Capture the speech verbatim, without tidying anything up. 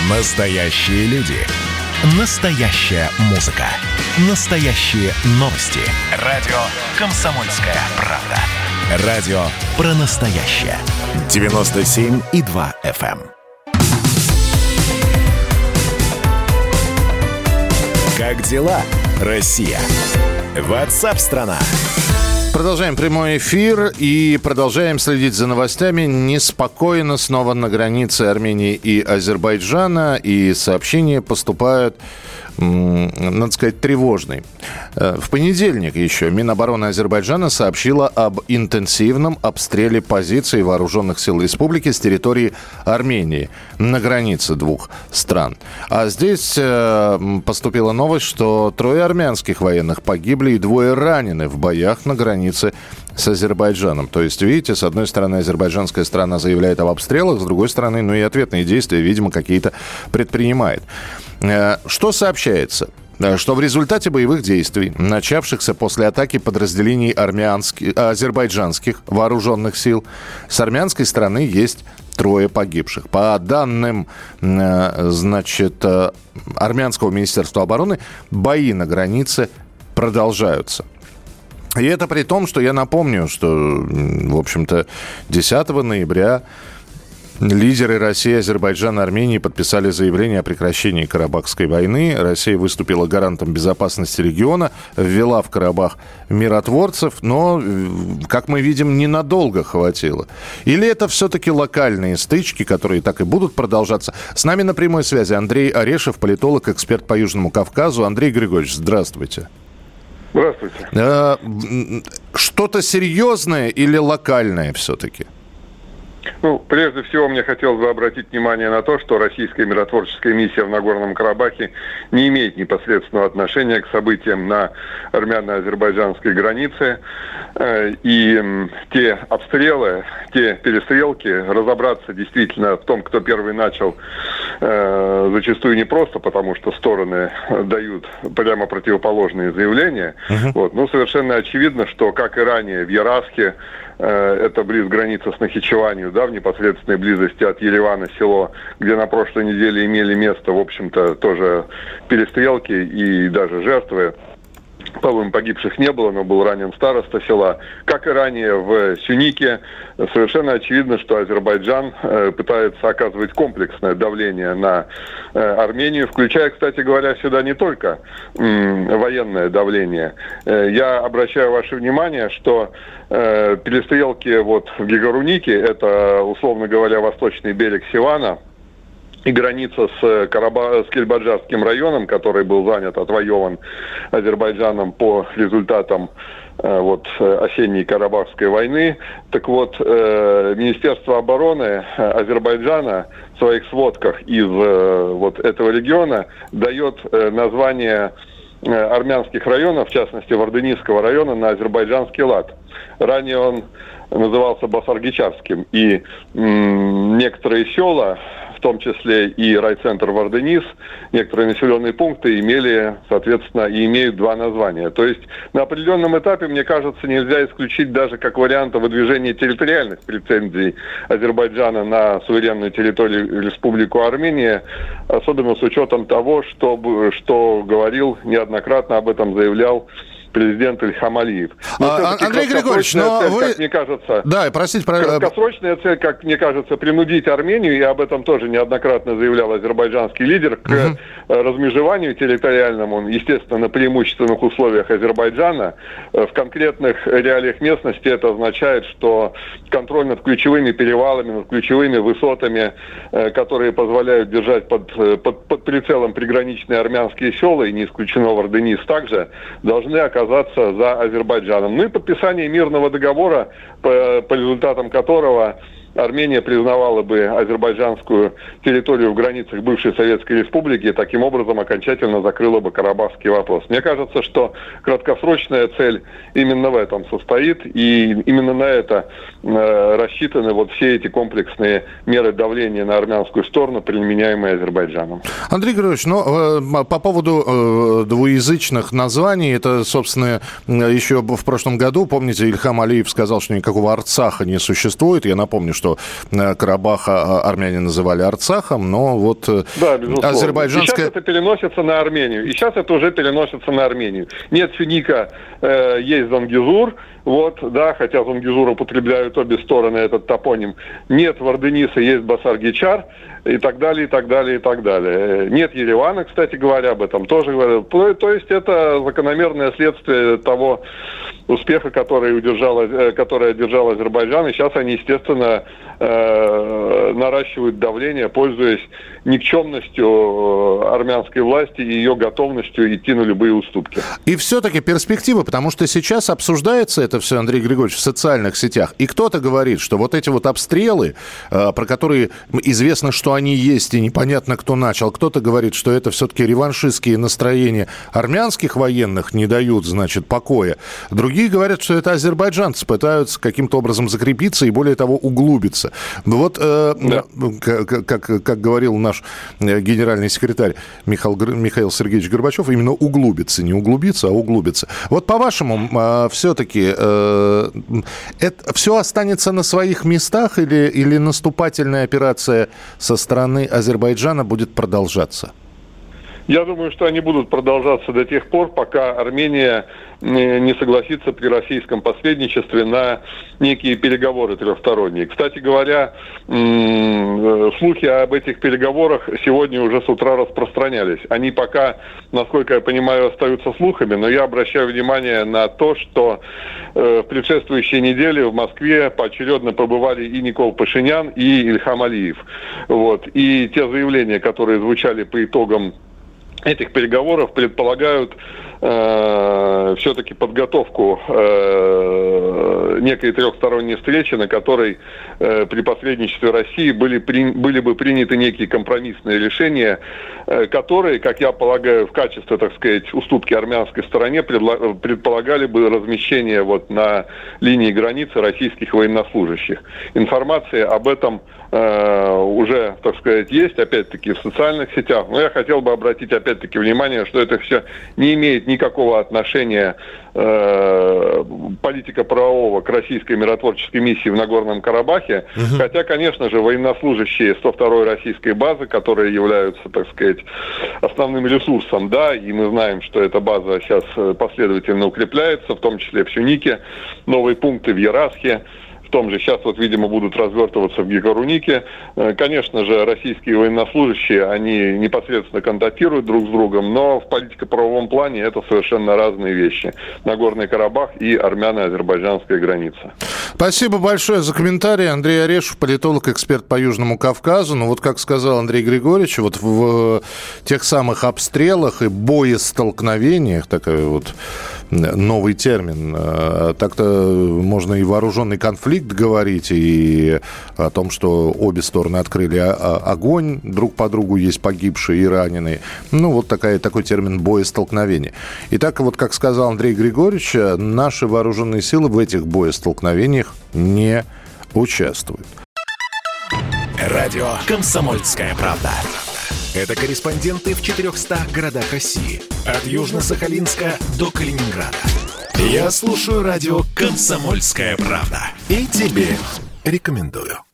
Настоящие люди. Настоящая музыка. Настоящие новости. Радио «Комсомольская правда». Радио про настоящее. девяносто семь и два эф эм. Как дела, Россия? Ватсап-страна! Продолжаем прямой эфир и продолжаем следить за новостями. Неспокойно снова на границе Армении и Азербайджана. И сообщения поступают, надо сказать, тревожные. В понедельник еще Минобороны Азербайджана сообщила об интенсивном обстреле позиций вооруженных сил республики с территории Армении на границе двух стран. А здесь поступила новость, что трое армянских военных погибли и двое ранены в боях на границе с Азербайджаном. То есть, видите, с одной стороны, азербайджанская сторона заявляет об обстрелах, с другой стороны, ну и ответные действия, видимо, какие-то предпринимает. Что сообщается? Что в результате боевых действий, начавшихся после атаки подразделений армянских, азербайджанских вооруженных сил, с армянской стороны есть трое погибших. По данным, значит, армянского министерства обороны, бои на границе продолжаются. И это при том, что я напомню, что, в общем-то, десятого ноября лидеры России, Азербайджана, Армении подписали заявление о прекращении Карабахской войны. Россия выступила гарантом безопасности региона, ввела в Карабах миротворцев, но, как мы видим, ненадолго хватило. Или это все-таки локальные стычки, которые так и будут продолжаться? С нами на прямой связи Андрей Орешев, политолог, эксперт по Южному Кавказу. Андрей Григорьевич, здравствуйте. Здравствуйте. Что-то серьезное или локальное все-таки? Ну, прежде всего, мне хотелось бы обратить внимание на то, что российская миротворческая миссия в Нагорном Карабахе не имеет непосредственного отношения к событиям на армяно-азербайджанской границе. И те обстрелы, те перестрелки, разобраться действительно в том, кто первый начал, зачастую непросто, потому что стороны дают прямо противоположные заявления. Uh-huh. Вот. Но совершенно очевидно, что, как и ранее в Яраске, это близ границы с Нахичеванью, да, в непосредственной близости от Еревана село, где на прошлой неделе имели место, в общем-то, тоже перестрелки и даже жертвы. По-моему, погибших не было, но был ранен староста села. Как и ранее в Сюнике, совершенно очевидно, что Азербайджан э, пытается оказывать комплексное давление на э, Армению, включая, кстати говоря, сюда не только э, военное давление. Э, я обращаю ваше внимание, что э, перестрелки вот в Гегарунике, это, условно говоря, восточный берег Севана, и граница с, Караба... с Кельбаджарским районом, который был занят, отвоеван Азербайджаном по результатам э, вот, осенней Карабахской войны. Так вот, э, Министерство обороны Азербайджана в своих сводках из э, вот этого региона дает э, название э, армянских районов, в частности, Варденисского района, на азербайджанский лад. Ранее он назывался Басаргичарским, и м- некоторые села, в том числе и райцентр Варденис, некоторые населенные пункты имели, соответственно, и имеют два названия. То есть на определенном этапе, мне кажется, нельзя исключить даже как варианта выдвижения территориальных претензий Азербайджана на суверенную территорию Республику Армения, особенно с учетом того, что, что говорил, неоднократно об этом заявлял президент Ильхам Алиев. А, Андрей Григорьевич, но цель, вы... как мне кажется, да, простите, про... краткосрочная цель, как мне кажется, принудить Армению, и об этом тоже неоднократно заявлял азербайджанский лидер, к угу. размежеванию территориальному, естественно, на преимущественных условиях Азербайджана. В конкретных реалиях местности это означает, что контроль над ключевыми перевалами, над ключевыми высотами, которые позволяют держать под, под, под прицелом приграничные армянские села, и не исключено Варденис также, должны оказаться за Азербайджаном. Ну и подписание мирного договора, по, по результатам которого Армения признавала бы азербайджанскую территорию в границах бывшей Советской Республики и таким образом окончательно закрыла бы карабахский вопрос. Мне кажется, что краткосрочная цель именно в этом состоит, и именно на это э, рассчитаны вот все эти комплексные меры давления на армянскую сторону, применяемые Азербайджаном. Андрей Григорьевич, ну, э, по поводу э, двуязычных названий, это, собственно, еще в прошлом году, помните, Ильхам Алиев сказал, что никакого Арцаха не существует. Я напомню, что что Карабах армяне называли Арцахом, но вот да, безусловно. азербайджанская... Сейчас это переносится на Армению, и сейчас это уже переносится на Армению. Нет Финика, э, есть Зангезур, вот, да, хотя Зангезур употребляют обе стороны этот топоним. Нет Вардениса, есть Басар-Гичар, и так далее, и так далее, и так далее. Нет Еревана, кстати говоря, об этом тоже говорят. То есть это закономерное следствие того успеха, который удержал, который одержал Азербайджан, и сейчас они, естественно, наращивают давление, пользуясь никчемностью армянской власти и ее готовностью идти на любые уступки. И все-таки перспективы, потому что сейчас обсуждается это все, Андрей Григорьевич, в социальных сетях, и кто-то говорит, что вот эти вот обстрелы, про которые известно, что они есть, и непонятно, кто начал, кто-то говорит, что это все-таки реваншистские настроения армянских военных не дают, значит, покоя. Другие говорят, что это азербайджанцы пытаются каким-то образом закрепиться и, более того, углубиться. Вот, э, да. как, как, как говорил наш генеральный секретарь Михаил, Михаил Сергеевич Горбачев, именно углубиться, не углубиться, а углубиться. Вот по-вашему, э, все-таки э, это все останется на своих местах или, или наступательная операция со стороны Азербайджана будет продолжаться? Я думаю, что они будут продолжаться до тех пор, пока Армения не согласится при российском посредничестве на некие переговоры трехсторонние. Кстати говоря, слухи об этих переговорах сегодня уже с утра распространялись. Они пока, насколько я понимаю, остаются слухами, но я обращаю внимание на то, что в предшествующие недели в Москве поочередно побывали и Никол Пашинян, и Ильхам Алиев. Вот. И те заявления, которые звучали по итогам этих переговоров, предполагают э, все-таки подготовку э, некой трехсторонней встречи, на которой э, при посредничестве России были, при, были бы приняты некие компромиссные решения, э, которые, как я полагаю, в качестве, так сказать, уступки армянской стороне предла- предполагали бы размещение вот на линии границы российских военнослужащих. Информация об этом э, уже, так сказать, есть, опять-таки, в социальных сетях. Но я хотел бы обратить, опять-таки, внимание, что это все не имеет никакого отношения э, политика правового к российской миротворческой миссии в Нагорном Карабахе. Угу. Хотя, конечно же, военнослужащие сто второй российской базы, которые являются, так сказать, основным ресурсом, да, и мы знаем, что эта база сейчас последовательно укрепляется, в том числе в Сюнике, новые пункты в Ярасхе, в том же сейчас, вот, видимо, будут развертываться в Гекарунике. Конечно же, российские военнослужащие, они непосредственно контактируют друг с другом, но в политико-правовом плане это совершенно разные вещи. Нагорный Карабах и армяно-азербайджанская граница. Спасибо большое за комментарий. Андрей Орешев, политолог, эксперт по Южному Кавказу. Ну вот, как сказал Андрей Григорьевич, вот в тех самых обстрелах и боестолкновениях, такой вот новый термин, так-то можно и вооруженный конфликт говорить, и о том, что обе стороны открыли огонь друг по другу, есть погибшие и раненые. Ну, вот такая, такой термин боестолкновение. Итак, вот как сказал Андрей Григорьевич, наши вооруженные силы в этих боестолкновениях не участвуют. Радио «Комсомольская правда». Это корреспонденты в четырехстах городах России. От Южно-Сахалинска до Калининграда. Я слушаю радио «Комсомольская правда». И тебе рекомендую.